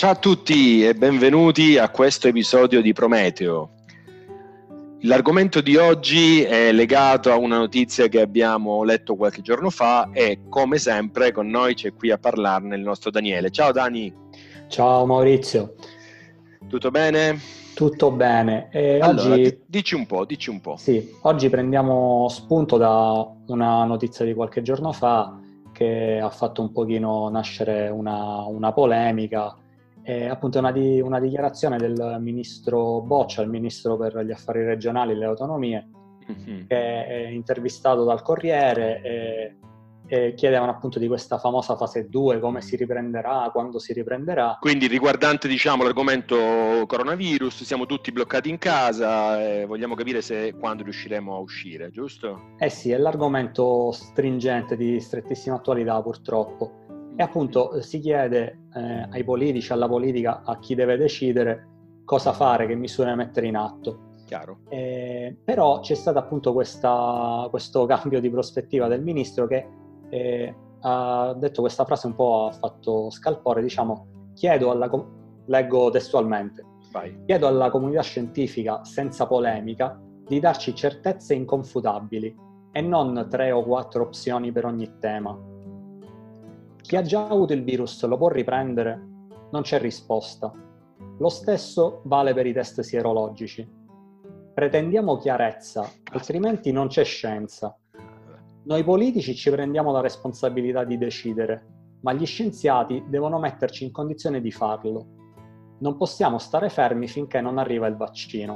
Ciao a tutti e benvenuti a questo episodio di Prometeo. L'argomento di oggi è legato a una notizia che abbiamo letto qualche giorno fa e, come sempre, con noi c'è qui a parlarne il nostro Daniele. Ciao Dani. Ciao Maurizio. Tutto bene? Tutto bene. Allora, dici un po'. Sì, oggi prendiamo spunto da una notizia di qualche giorno fa che ha fatto un pochino nascere una polemica. È appunto una dichiarazione del ministro Boccia, il ministro per gli affari regionali e le autonomie, che è intervistato dal Corriere e chiedevano appunto di questa famosa fase 2, come si riprenderà, quando si riprenderà. Quindi riguardante, l'argomento coronavirus, siamo tutti bloccati in casa, vogliamo capire se e quando riusciremo a uscire, giusto? Eh sì, è l'argomento stringente di strettissima attualità, purtroppo. E appunto si chiede ai politici, alla politica, a chi deve decidere cosa fare, che misure mettere in atto. Chiaro. Però c'è stato appunto questo cambio di prospettiva del ministro che ha detto questa frase un po' ha fatto scalpore, diciamo, leggo testualmente, Vai. chiedo alla comunità scientifica, senza polemica, di darci certezze inconfutabili e non 3 o 4 opzioni per ogni tema. Chi ha già avuto il virus lo può riprendere? Non c'è risposta. Lo stesso vale per i test sierologici. Pretendiamo chiarezza, altrimenti non c'è scienza. Noi politici ci prendiamo la responsabilità di decidere, ma gli scienziati devono metterci in condizione di farlo. Non possiamo stare fermi finché non arriva il vaccino.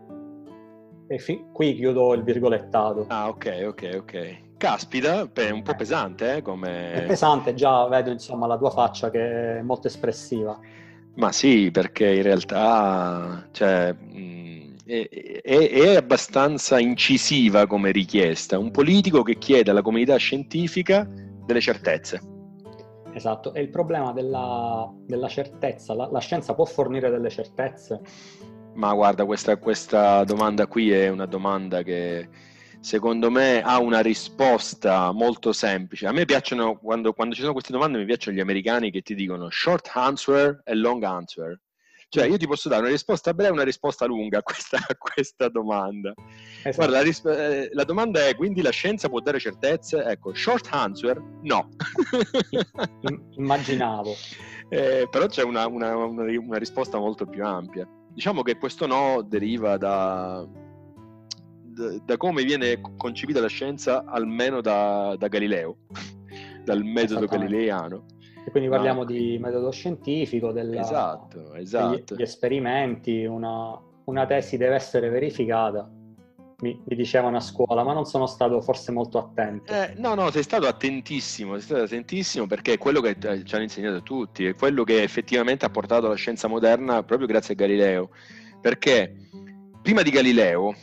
E qui chiudo il virgolettato. Ah, ok. Caspita, è un po' pesante, come... È pesante, già vedo insomma la tua faccia che è molto espressiva. Ma sì, perché in realtà, è abbastanza incisiva come richiesta. Un politico che chiede alla comunità scientifica delle certezze. Esatto, e il problema della certezza, la scienza può fornire delle certezze? Ma guarda, questa domanda qui è una domanda che secondo me ha una risposta molto semplice. A me piacciono, quando ci sono queste domande, mi piacciono gli americani che ti dicono short answer e long answer. Cioè, io ti posso dare una risposta breve e una risposta lunga a questa domanda. Esatto. Guarda, la domanda è, quindi la scienza può dare certezze? Ecco, short answer, no. Immaginavo. Però c'è una risposta molto più ampia. Diciamo che questo no deriva da come viene concepita la scienza, almeno da Galileo, dal metodo galileiano. E quindi parliamo di metodo scientifico, Esatto. degli esperimenti, una tesi deve essere verificata. Mi dicevano a scuola, ma non sono stato forse molto attento. No, sei stato attentissimo perché è quello che ci hanno insegnato tutti, è quello che effettivamente ha portato la scienza moderna proprio grazie a Galileo, perché prima di Galileo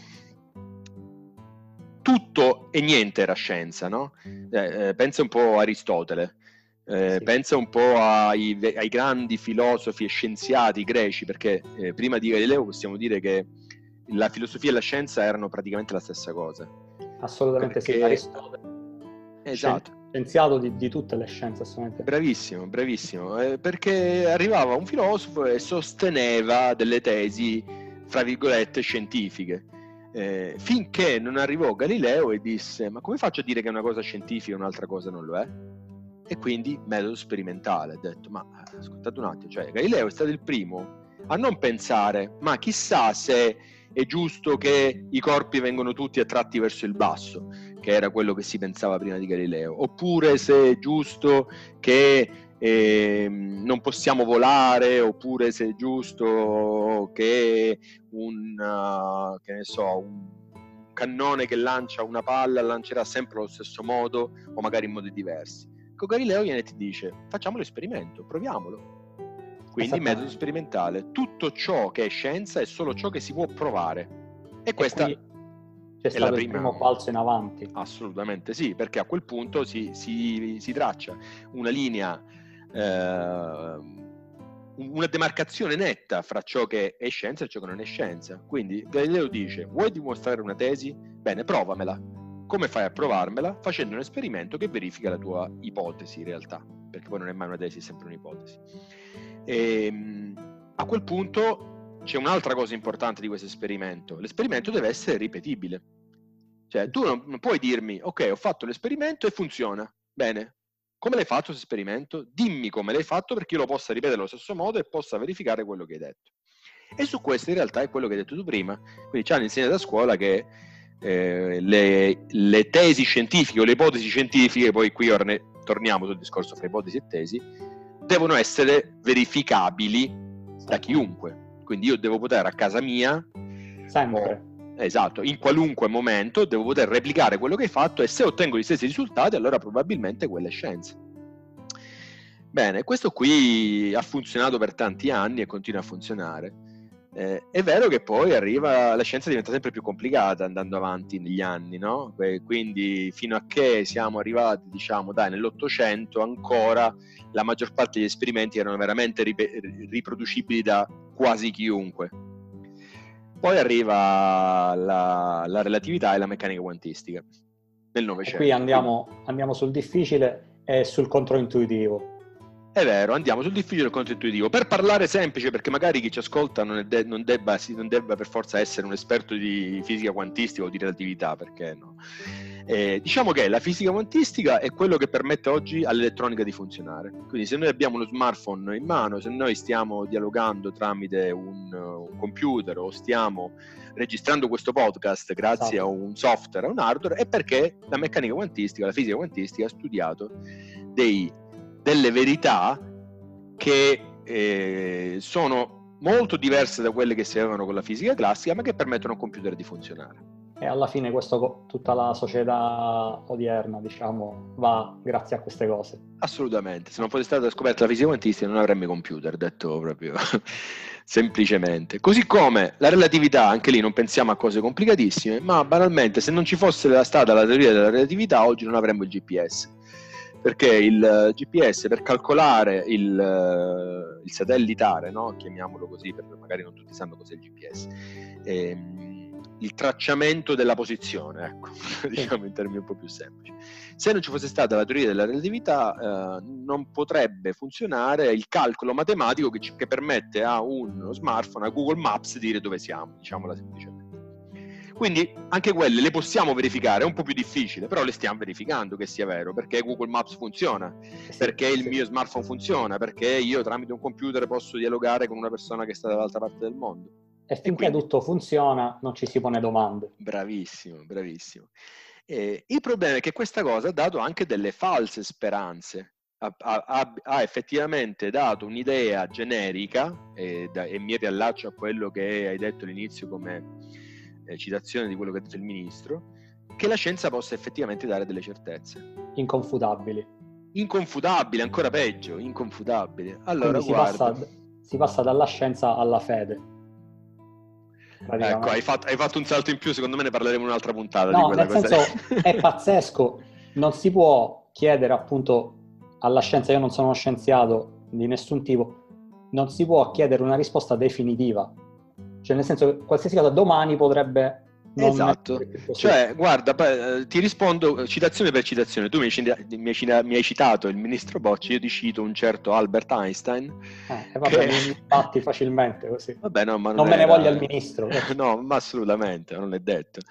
tutto e niente era scienza, no? Pensa un po' a Aristotele, Sì. pensa un po' ai grandi filosofi e scienziati greci, perché prima di Galileo possiamo dire che la filosofia e la scienza erano praticamente la stessa cosa. Assolutamente perché... sì, Aristotele. Esatto. Scienziato di tutte le scienze, assolutamente. Bravissimo, perché arrivava un filosofo e sosteneva delle tesi, fra virgolette, scientifiche. Finché non arrivò Galileo e disse: ma come faccio a dire che una cosa è scientifica e un'altra cosa non lo è? E quindi metodo sperimentale. Ha detto: ma ascoltate un attimo, cioè Galileo è stato il primo a non pensare: ma chissà se è giusto che i corpi vengono tutti attratti verso il basso, che era quello che si pensava prima di Galileo, oppure se è giusto che non possiamo volare, oppure se è giusto che un cannone che lancia una palla lancerà sempre allo stesso modo o magari in modi diversi. Con Galileo viene e ti dice: facciamo l'esperimento, proviamolo. Quindi metodo sperimentale. Tutto ciò che è scienza è solo ciò che si può provare. E questa c'è stato il primo balzo in avanti. Assolutamente sì, perché a quel punto si traccia una linea, una demarcazione netta fra ciò che è scienza e ciò che non è scienza. Quindi Galileo dice: vuoi dimostrare una tesi? Bene, provamela. Come fai a provarmela? Facendo un esperimento che verifica la tua ipotesi in realtà, perché poi non è mai una tesi, è sempre un'ipotesi. A quel punto c'è un'altra cosa importante di questo esperimento: l'esperimento deve essere ripetibile. Cioè, tu non puoi dirmi, ok, ho fatto l'esperimento e funziona. Bene, come l'hai fatto questo esperimento? Dimmi come l'hai fatto perché io lo possa ripetere allo stesso modo e possa verificare quello che hai detto. E su questo in realtà è quello che hai detto tu prima. Quindi ci hanno insegnato a scuola che le tesi scientifiche o le ipotesi scientifiche, poi qui torniamo sul discorso fra ipotesi e tesi, devono essere verificabili da chiunque. Quindi io devo poter a casa mia, sempre, esatto, in qualunque momento devo poter replicare quello che hai fatto, e se ottengo gli stessi risultati allora probabilmente quella è scienza. Bene, questo qui ha funzionato per tanti anni e continua a funzionare. È vero che poi la scienza diventa sempre più complicata andando avanti negli anni, no? Quindi fino a che siamo arrivati, diciamo, nell'Ottocento ancora la maggior parte degli esperimenti erano veramente riproducibili da quasi chiunque. Poi arriva la relatività e la meccanica quantistica nel Novecento. Qui andiamo sul difficile e sul controintuitivo. È vero, andiamo sul difficile e il controintuitivo. Per parlare semplice, perché magari chi ci ascolta non debba per forza essere un esperto di fisica quantistica o di relatività, perché no? Diciamo che la fisica quantistica è quello che permette oggi all'elettronica di funzionare. Quindi se noi abbiamo uno smartphone in mano, se noi stiamo dialogando tramite un computer o stiamo registrando questo podcast grazie a un software, a un hardware, è perché la meccanica quantistica, la fisica quantistica ha studiato delle verità che sono molto diverse da quelle che si avevano con la fisica classica, ma che permettono a un computer di funzionare. E alla fine tutta la società odierna, diciamo, va grazie a queste cose. Assolutamente, se non fosse stata scoperta la fisica quantistica non avremmo i computer, detto proprio semplicemente. Così come la relatività, anche lì non pensiamo a cose complicatissime, ma banalmente se non ci fosse stata la teoria della relatività oggi non avremmo il GPS. Perché il GPS, per calcolare il satellitare, no? Chiamiamolo così, perché magari non tutti sanno cos'è il GPS, il tracciamento della posizione, ecco, diciamo in termini un po' più semplici. Se non ci fosse stata la teoria della relatività, non potrebbe funzionare il calcolo matematico che permette a uno smartphone, a Google Maps, di dire dove siamo, diciamola semplicemente. Quindi anche quelle le possiamo verificare, è un po' più difficile, però le stiamo verificando che sia vero, perché Google Maps funziona, perché il mio smartphone funziona, perché io tramite un computer posso dialogare con una persona che sta dall'altra parte del mondo. E finché tutto funziona non ci si pone domande. Bravissimo, bravissimo. Il problema è che questa cosa ha dato anche delle false speranze. Ha effettivamente dato un'idea generica, e mi riallaccio a quello che hai detto all'inizio come citazione di quello che ha detto il ministro, che la scienza possa effettivamente dare delle certezze. Inconfutabili. Inconfutabili, ancora peggio, inconfutabili. Allora, si passa dalla scienza alla fede. Ecco, hai fatto un salto in più, secondo me ne parleremo in un'altra puntata. No, di quella nel cosa. senso, è pazzesco. Non si può chiedere appunto alla scienza, io non sono uno scienziato di nessun tipo, non si può chiedere una risposta definitiva. Cioè, nel senso, qualsiasi cosa domani potrebbe non esatto, cioè guarda, ti rispondo citazione per citazione. Tu mi hai citato il ministro Bocci, io ti cito un certo Albert Einstein. Vabbè, mi batti facilmente così. Vabbè, no, ma non me ne voglia il ministro. No, ma assolutamente, non è detto.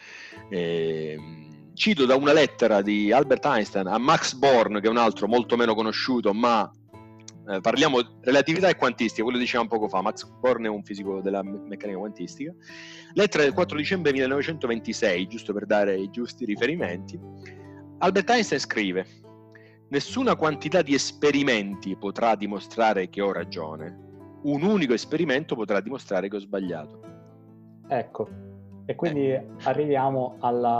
Cito da una lettera di Albert Einstein a Max Born, che è un altro molto meno conosciuto, ma parliamo relatività e quantistica, quello dicevamo poco fa. Max Born è un fisico della meccanica quantistica. Lettera del 4 dicembre 1926, giusto per dare i giusti riferimenti. Albert Einstein scrive: nessuna quantità di esperimenti potrà dimostrare che ho ragione, un unico esperimento potrà dimostrare che ho sbagliato. Ecco, e quindi arriviamo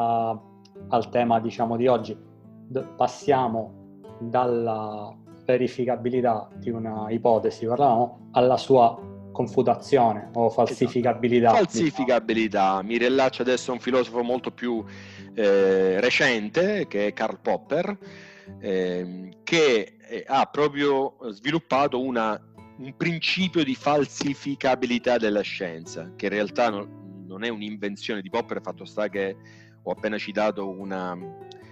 al tema, diciamo, di oggi. Passiamo dalla verificabilità di una ipotesi, parlavamo, alla sua confutazione o falsificabilità. Falsificabilità, diciamo. Mi riallaccio adesso a un filosofo molto più recente, che è Karl Popper, che ha proprio sviluppato un principio di falsificabilità della scienza, che in realtà non è un'invenzione di Popper, fatto sta che ho appena citato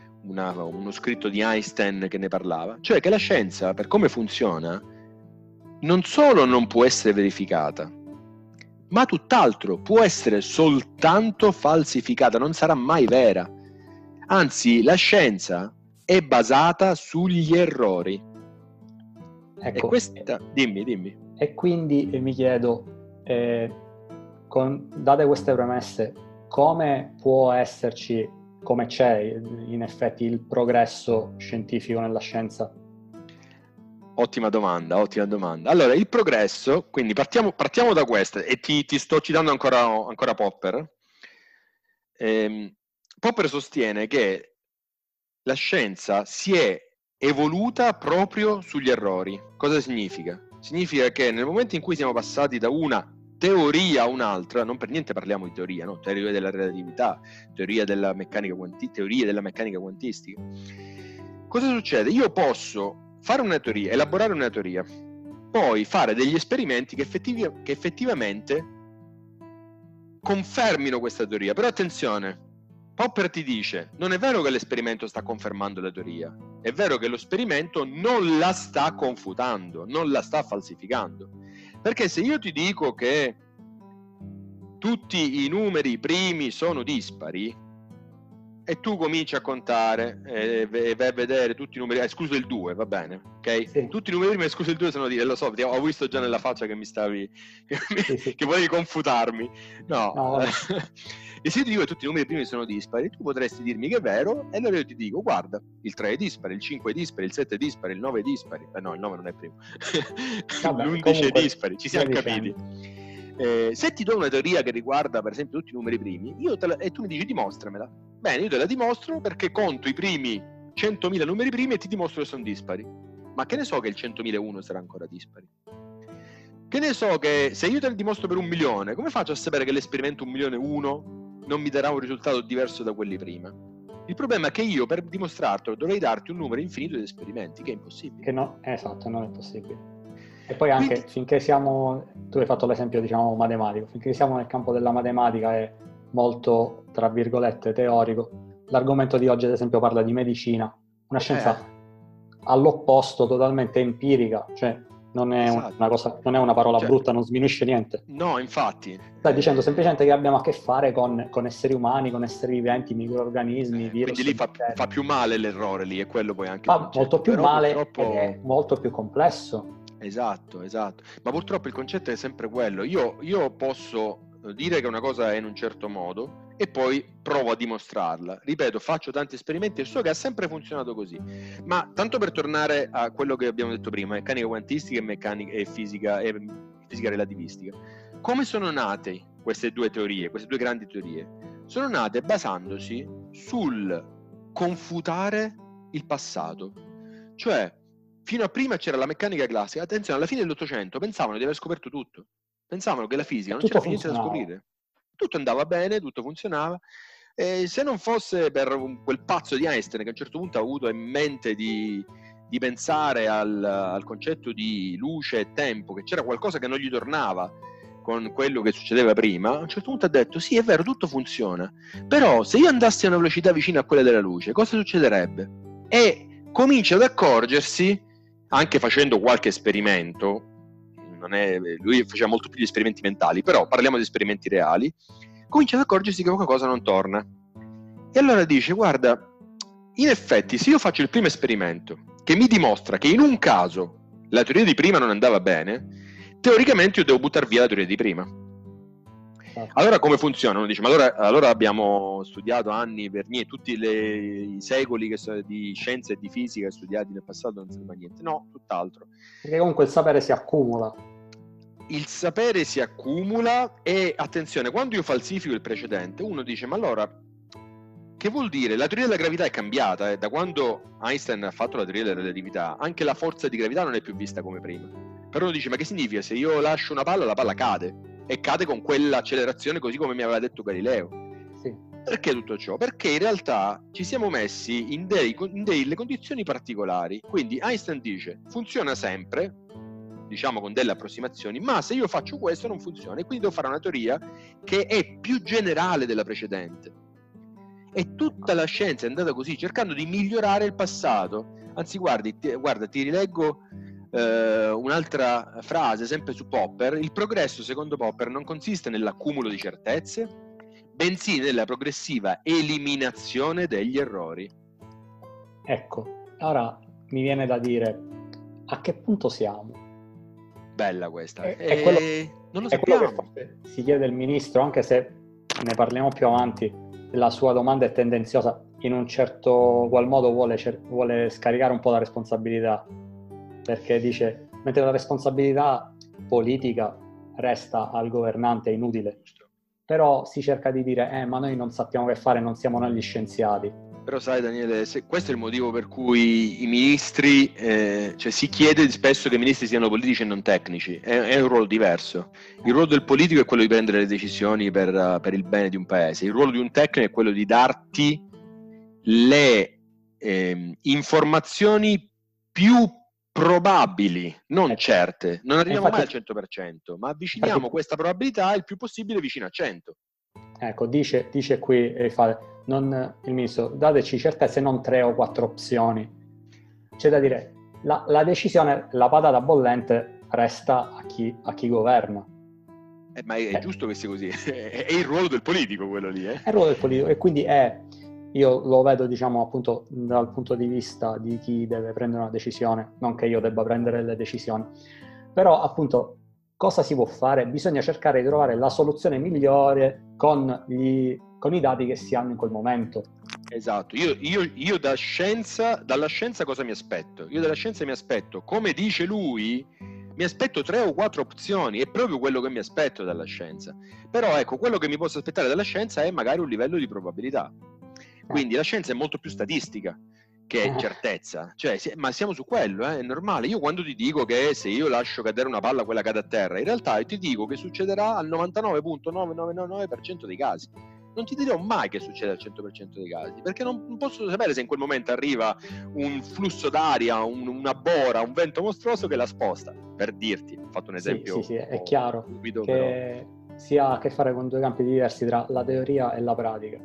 uno scritto di Einstein che ne parlava, cioè che la scienza, per come funziona, non solo non può essere verificata, ma tutt'altro, può essere soltanto falsificata, non sarà mai vera. Anzi, la scienza è basata sugli errori. Ecco, E questa... Dimmi. E quindi mi chiedo, date queste premesse, come può esserci, come c'è in effetti il progresso scientifico nella scienza? Ottima domanda. Allora, il progresso, quindi partiamo da questa, e ti sto citando ancora Popper. Popper sostiene che la scienza si è evoluta proprio sugli errori. Cosa significa? Significa che nel momento in cui siamo passati da una teoria a un'altra, non per niente parliamo di teoria, no? Teoria della relatività, teorie della meccanica quantistica. Cosa succede? Io posso fare una teoria, elaborare una teoria, poi fare degli esperimenti che effettivamente confermino questa teoria. Però attenzione, Popper ti dice, non è vero che l'esperimento sta confermando la teoria, è vero che lo esperimento non la sta confutando, non la sta falsificando. Perché se io ti dico che tutti i numeri primi sono dispari, e tu cominci a contare e vai a vedere tutti i numeri, escluso il 2, va bene, ok? Sì. Tutti i numeri primi escluso il 2 sono lo so, ho visto già nella faccia che mi stavi Sì. che volevi confutarmi. No. E se io ti dico che tutti i numeri primi sono dispari, tu potresti dirmi che è vero, e allora io ti dico, guarda, il 3 è dispari, il 5 è dispari, il 7 è dispari, il 9 è dispari. No, il 9 non è primo. L'11 è dispari, ci siamo capiti. Se ti do una teoria che riguarda per esempio tutti i numeri primi, e tu mi dici dimostramela, bene, io te la dimostro perché conto i primi 100.000 numeri primi e ti dimostro che sono dispari. Ma che ne so che il 100.001 sarà ancora dispari? Che ne so che se io te la dimostro per 1.000.000, come faccio a sapere che l'esperimento 1.000.001 non mi darà un risultato diverso da quelli prima? Il problema è che io per dimostrartelo dovrei darti un numero infinito di esperimenti, che è impossibile. Esatto, non è possibile. E poi anche finché siamo, tu hai fatto l'esempio diciamo matematico, finché siamo nel campo della matematica è molto, tra virgolette, teorico. L'argomento di oggi ad esempio parla di medicina, una scienza all'opposto, totalmente empirica, cioè non è una cosa, non è una parola brutta, non sminuisce niente. No, infatti. Stai dicendo semplicemente che abbiamo a che fare con esseri umani, con esseri viventi, microrganismi, virus. Quindi lì fa più male l'errore, lì, è quello poi anche. Fa molto più male ed è molto più complesso. Esatto. Ma purtroppo il concetto è sempre quello. Io posso dire che una cosa è in un certo modo e poi provo a dimostrarla. Ripeto, faccio tanti esperimenti e so che ha sempre funzionato così. Ma tanto per tornare a quello che abbiamo detto prima, meccanica quantistica e fisica relativistica. Come sono nate queste due teorie, queste due grandi teorie? Sono nate basandosi sul confutare il passato. Cioè, fino a prima c'era la meccanica classica. Attenzione, alla fine dell'Ottocento pensavano di aver scoperto tutto. Pensavano che la fisica non c'era più niente da scoprire. Tutto andava bene, tutto funzionava. E se non fosse per quel pazzo di Einstein che a un certo punto ha avuto in mente di pensare al concetto di luce e tempo, che c'era qualcosa che non gli tornava con quello che succedeva prima, a un certo punto ha detto sì, è vero, tutto funziona, però se io andassi a una velocità vicina a quella della luce, cosa succederebbe? E comincia ad accorgersi, anche facendo qualche esperimento, lui faceva molto più di esperimenti mentali, però parliamo di esperimenti reali, comincia ad accorgersi che qualcosa non torna. E allora dice, guarda, in effetti se io faccio il primo esperimento che mi dimostra che in un caso la teoria di prima non andava bene, teoricamente io devo buttare via la teoria di prima. Allora come funziona? Uno dice, ma allora abbiamo studiato anni per niente, tutti i secoli di scienza e di fisica studiati nel passato non serve a niente. No, tutt'altro. Perché comunque il sapere si accumula. Il sapere si accumula e, attenzione, quando io falsifico il precedente, uno dice, ma allora, che vuol dire? La teoria della gravità è cambiata, da quando Einstein ha fatto la teoria della relatività, anche la forza di gravità non è più vista come prima. Però uno dice, ma che significa? Se io lascio una palla, la palla cade. E cade con quell'accelerazione, così come mi aveva detto Galileo. Sì. Perché tutto ciò? Perché in realtà ci siamo messi in delle condizioni particolari. Quindi Einstein dice, funziona sempre, diciamo con delle approssimazioni, ma se io faccio questo non funziona, e quindi devo fare una teoria che è più generale della precedente. E tutta la scienza è andata così, cercando di migliorare il passato. Anzi, guarda, ti rileggo un'altra frase, sempre su Popper: il progresso, secondo Popper, non consiste nell'accumulo di certezze, bensì nella progressiva eliminazione degli errori. Ecco, ora mi viene da dire, a che punto siamo? Bella questa. Non lo è quello che sappiamo. si chiede il ministro, anche se ne parliamo più avanti. La sua domanda è tendenziosa, in un certo qual modo vuole scaricare un po' la responsabilità, perché dice, mentre la responsabilità politica resta al governante, è inutile, però si cerca di dire, ma noi non sappiamo che fare, non siamo noi gli scienziati. Però sai Daniele, questo è il motivo per cui i ministri, cioè si chiede spesso che i ministri siano politici e non tecnici, è un ruolo diverso. Il ruolo del politico è quello di prendere le decisioni per il bene di un paese, il ruolo di un tecnico è quello di darti le informazioni più probabili, non certe. Non arriviamo mai al 100%, ma avviciniamo questa probabilità il più possibile vicino a 100. Ecco, dice qui il ministro, dateci certezze, non 3 o 4 opzioni. C'è da dire, la decisione, la patata bollente resta a chi governa. Ma è giusto che sia così, è il ruolo del politico quello lì. È il ruolo del politico, e quindi io lo vedo, diciamo, appunto dal punto di vista di chi deve prendere una decisione, non che io debba prendere le decisioni, però appunto cosa si può fare? Bisogna cercare di trovare la soluzione migliore con i dati che si hanno in quel momento. Esatto, io dalla scienza cosa mi aspetto? Io dalla scienza mi aspetto, come dice lui, mi aspetto 3 o 4 opzioni, è proprio quello che mi aspetto dalla scienza. Però ecco, quello che mi posso aspettare dalla scienza è magari un livello di probabilità. Quindi la scienza è molto più statistica che certezza, cioè, ma siamo su quello, è normale. Io quando ti dico che se io lascio cadere una palla quella cade a terra, in realtà ti dico che succederà al 99,9999% dei casi. Non ti dirò mai che succede al 100% dei casi, perché non posso sapere se in quel momento arriva un flusso d'aria, una bora, un vento mostruoso che la sposta, per dirti. Ho fatto un esempio. Sì, è chiaro stupido, che però si ha a che fare con due campi diversi tra la teoria e la pratica.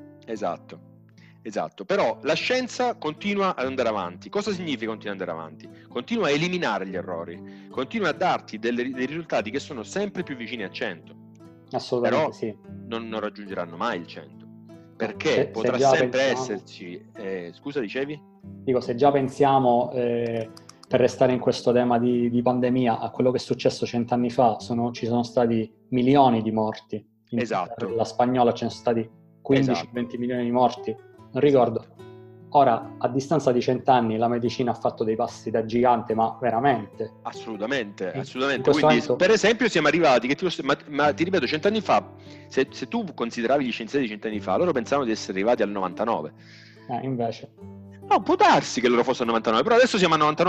Esatto, però la scienza continua ad andare avanti. Cosa significa continua ad andare avanti? Continua a eliminare gli errori, continua a darti dei risultati che sono sempre più vicini a 100. Assolutamente però sì. Non raggiungeranno mai il 100, perché potrà sempre esserci. Scusa, dicevi? Dico, se già pensiamo, per restare in questo tema di pandemia, a quello che è successo 100 anni fa, ci sono stati milioni di morti. Esatto. La spagnola ce ne sono stati 15-20 milioni di morti, non ricordo. Esatto. Ora, a distanza di 100 anni, la medicina ha fatto dei passi da gigante, ma veramente. Assolutamente. Quindi, momento... per esempio, siamo arrivati, ma ti ripeto, 100 anni fa, se tu consideravi gli scienziati di 100 anni fa, loro pensavano di essere arrivati al 99. Invece... No, può darsi che loro fossero al 99, però adesso siamo al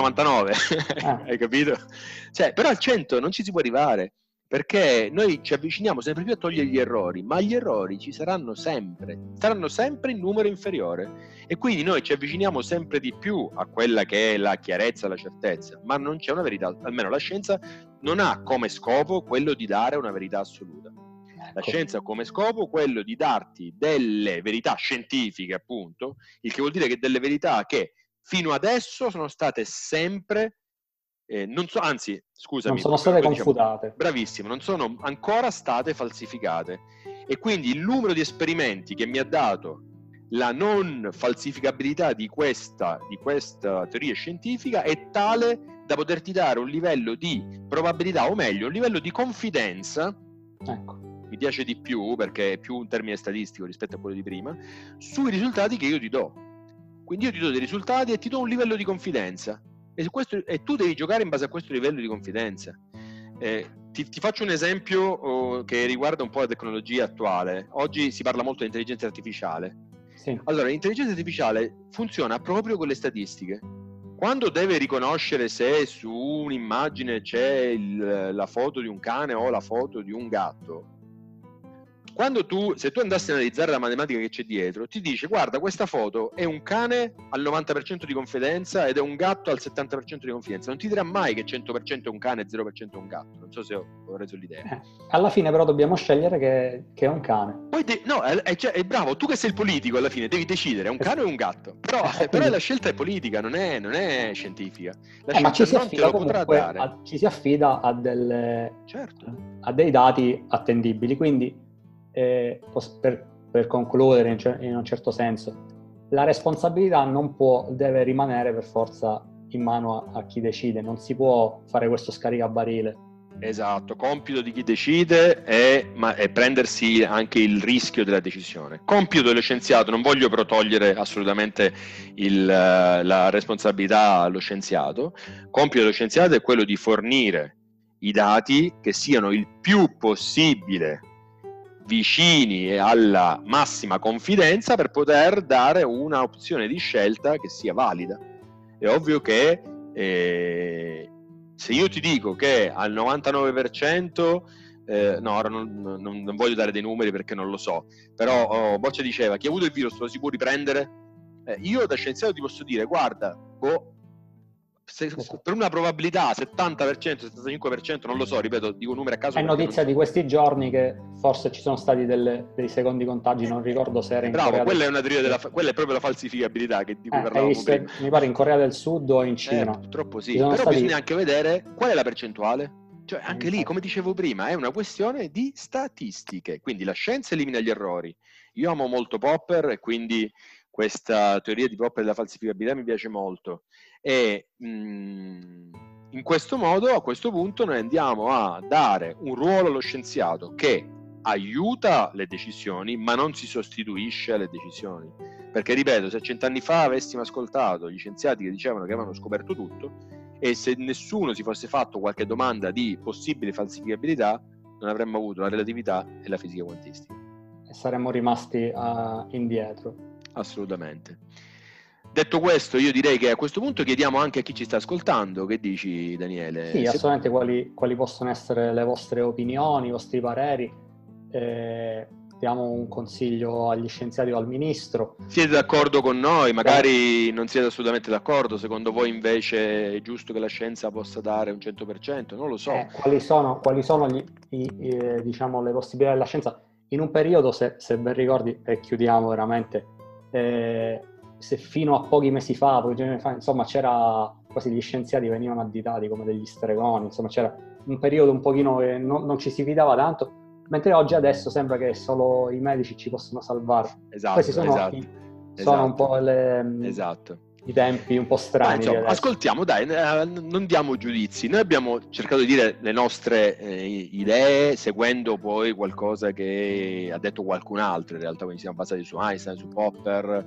99,99. Hai capito? Cioè, però al 100 non ci si può arrivare, perché noi ci avviciniamo sempre più a togliere gli errori, ma gli errori ci saranno sempre in numero inferiore, e quindi noi ci avviciniamo sempre di più a quella che è la chiarezza, la certezza, ma non c'è una verità. Almeno la scienza non ha come scopo quello di dare una verità assoluta. La scienza ha come scopo quello di darti delle verità scientifiche, appunto, il che vuol dire che delle verità che fino adesso sono state sempre non sono state confutate. Bravissimo, non sono ancora state falsificate, e quindi il numero di esperimenti che mi ha dato la non falsificabilità di questa teoria scientifica è tale da poterti dare un livello di probabilità, o meglio un livello di confidenza, mi piace di più perché è più un termine statistico rispetto a quello di prima, sui risultati che io ti do. Quindi io ti do dei risultati e ti do un livello di confidenza, e tu devi giocare in base a questo livello di confidenza. Ti faccio un esempio che riguarda un po' la tecnologia attuale. Oggi si parla molto di intelligenza artificiale. Sì. Allora, l'intelligenza artificiale funziona proprio con le statistiche. Quando deve riconoscere se su un'immagine c'è la foto di un cane o la foto di un gatto, se tu andassi a analizzare la matematica che c'è dietro, ti dice: guarda, questa foto è un cane al 90% di confidenza ed è un gatto al 70% di confidenza. Non ti dirà mai che 100% è un cane e 0% è un gatto. Non so se ho reso l'idea. Alla fine però dobbiamo scegliere che è un cane. Poi è bravo, tu che sei il politico alla fine devi decidere, è un cane o un gatto. Però la scelta è politica, non è scientifica. La ma ci si non te affida lo potrà dare. ci si affida a dei dati attendibili, quindi per concludere in un certo senso, la responsabilità deve rimanere per forza in mano a chi decide, non si può fare questo scaricabarile. Esatto, compito di chi decide è prendersi anche il rischio della decisione. Compito dello scienziato, non voglio però togliere assolutamente la responsabilità allo scienziato, compito dello scienziato è quello di fornire i dati che siano il più possibile vicini alla massima confidenza per poter dare una opzione di scelta che sia valida. È ovvio che se io ti dico che al 99%, no, ora non voglio dare dei numeri perché non lo so, però Boccia diceva: chi ha avuto il virus lo si può riprendere? Io da scienziato ti posso dire: guarda, per una probabilità 70%, 75%, non lo so, ripeto, dico numeri a caso. È notizia di questi giorni che forse ci sono stati dei secondi contagi, non ricordo se era in Corea quella è una teoria quella è proprio la falsificabilità di cui parlavamo prima. Mi pare in Corea del Sud o in Cina. Purtroppo sì, però bisogna anche vedere qual è la percentuale. Cioè anche lì, come dicevo prima, è una questione di statistiche, quindi la scienza elimina gli errori. Io amo molto Popper e quindi questa teoria di Popper della falsificabilità mi piace molto. E in questo modo, a questo punto, noi andiamo a dare un ruolo allo scienziato che aiuta le decisioni, ma non si sostituisce alle decisioni. Perché, ripeto, se 100 anni fa avessimo ascoltato gli scienziati che dicevano che avevano scoperto tutto, e se nessuno si fosse fatto qualche domanda di possibile falsificabilità, non avremmo avuto la relatività e la fisica quantistica. E saremmo rimasti indietro. Assolutamente. Detto questo, io direi che a questo punto chiediamo anche a chi ci sta ascoltando. Che dici, Daniele? Sì, assolutamente, quali possono essere le vostre opinioni, i vostri pareri. Diamo un consiglio agli scienziati o al ministro. Siete d'accordo con noi? Magari non siete assolutamente d'accordo. Secondo voi invece è giusto che la scienza possa dare un 100%? Non lo so. Quali sono diciamo, le possibilità della scienza? In un periodo, se ben ricordi, e chiudiamo veramente, se fino a pochi mesi fa, insomma, c'era quasi gli scienziati venivano additati come degli stregoni, insomma, c'era un periodo un pochino che non ci si fidava tanto, mentre adesso sembra che solo i medici ci possono salvare. Esatto, questi sono un po' i tempi un po' strani. Insomma, ascoltiamo, dai, non diamo giudizi. Noi abbiamo cercato di dire le nostre idee seguendo poi qualcosa che ha detto qualcun altro, in realtà, quindi siamo basati su Einstein, su Popper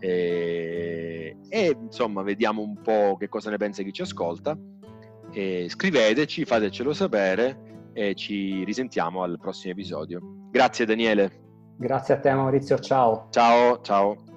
e insomma vediamo un po' che cosa ne pensa chi ci ascolta. Scriveteci, fatecelo sapere e ci risentiamo al prossimo episodio. Grazie Daniele. Grazie a te Maurizio, ciao. Ciao.